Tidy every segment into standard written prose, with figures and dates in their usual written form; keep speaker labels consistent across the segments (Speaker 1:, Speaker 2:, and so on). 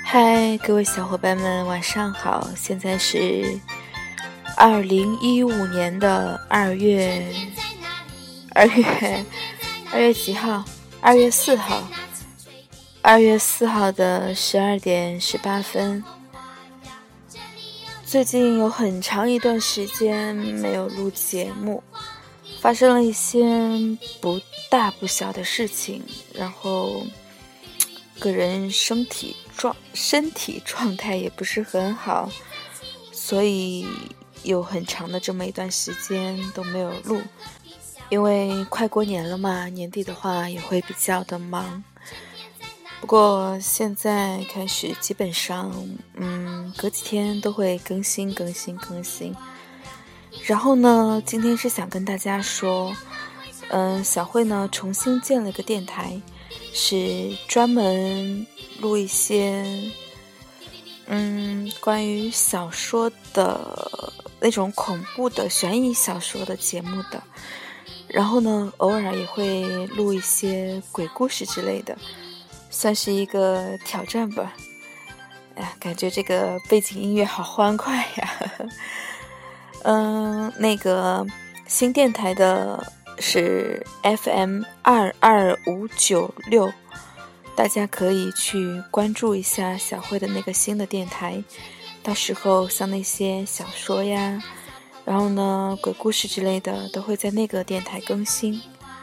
Speaker 1: 嗨，各位小伙伴们，晚上好！现在是2015年的2月几号？2月4号，2月4号的12点18分。最近有很长一段时间没有录节目，发生了一些不大不小的事情，然后个人身体状态也不是很好，所以有很长的这么一段时间都没有录。因为快过年了嘛，年底的话也会比较的忙。不过现在开始基本上隔几天都会更新。然后呢，今天是想跟大家说小慧呢重新建了一个电台，是专门录一些关于小说的那种恐怖的悬疑小说的节目的。然后呢，偶尔也会录一些鬼故事之类的，算是一个挑战吧。感觉这个背景音乐好欢快呀。那个新电台的是 FM22596，大家可以去关注一下小慧的那个新的电台，到时候像那些小说呀，然后呢鬼故事之类的都会在那个电台更新。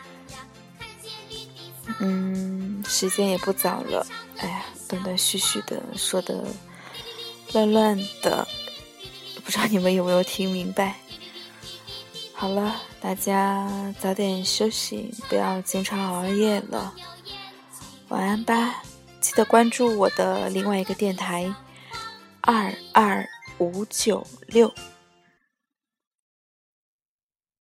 Speaker 1: 时间也不早了，断断续续的说的乱乱的，不知道你们有没有听明白。好了，大家早点休息，不要经常熬夜了，晚安吧。记得关注我的另外一个电台22596。